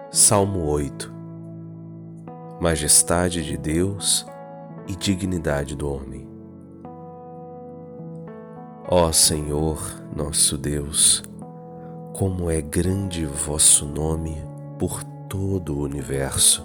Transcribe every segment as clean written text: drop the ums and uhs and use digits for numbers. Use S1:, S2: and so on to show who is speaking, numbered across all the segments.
S1: Salmo 8. Majestade de Deus e dignidade do homem. Ó Senhor, nosso Deus, como é grande vosso nome por todo o universo.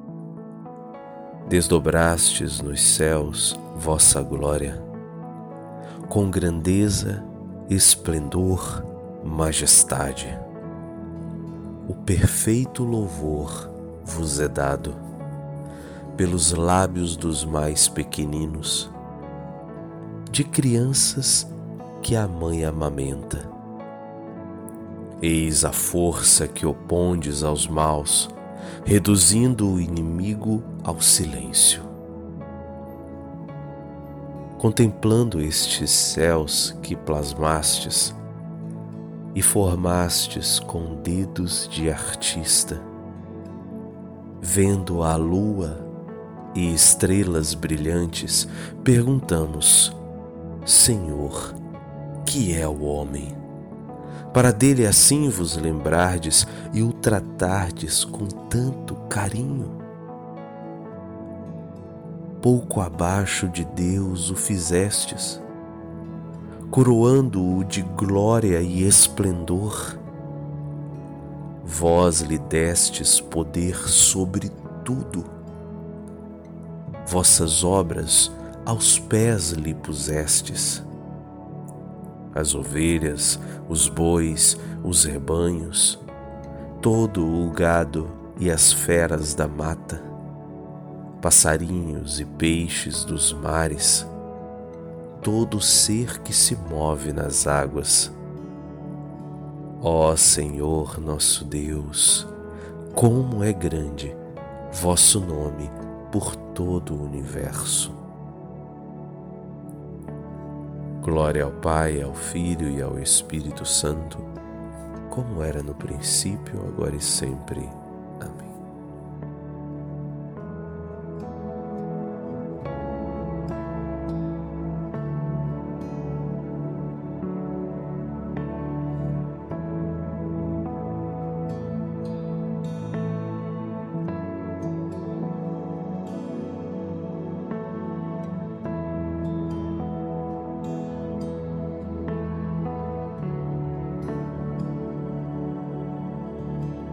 S1: Desdobrastes nos céus vossa glória, com grandeza, esplendor, majestade. O perfeito louvor vos é dado pelos lábios dos mais pequeninos, de crianças que a mãe amamenta. Eis a força que opondes aos maus, reduzindo o inimigo ao silêncio. Contemplando estes céus que plasmastes e formastes com dedos de artista, vendo a lua e estrelas brilhantes, perguntamos: Senhor, que é o homem? Para dele assim vos lembrardes e o tratardes com tanto carinho? Pouco abaixo de Deus o fizestes, coroando-o de glória e esplendor. Vós lhe destes poder sobre tudo. Vossas obras aos pés lhe pusestes. As ovelhas, os bois, os rebanhos, todo o gado e as feras da mata, passarinhos e peixes dos mares, todo ser que se move nas águas. Ó Senhor nosso Deus, como é grande vosso nome por todo o universo. Glória ao Pai, ao Filho e ao Espírito Santo, como era no princípio, agora e sempre.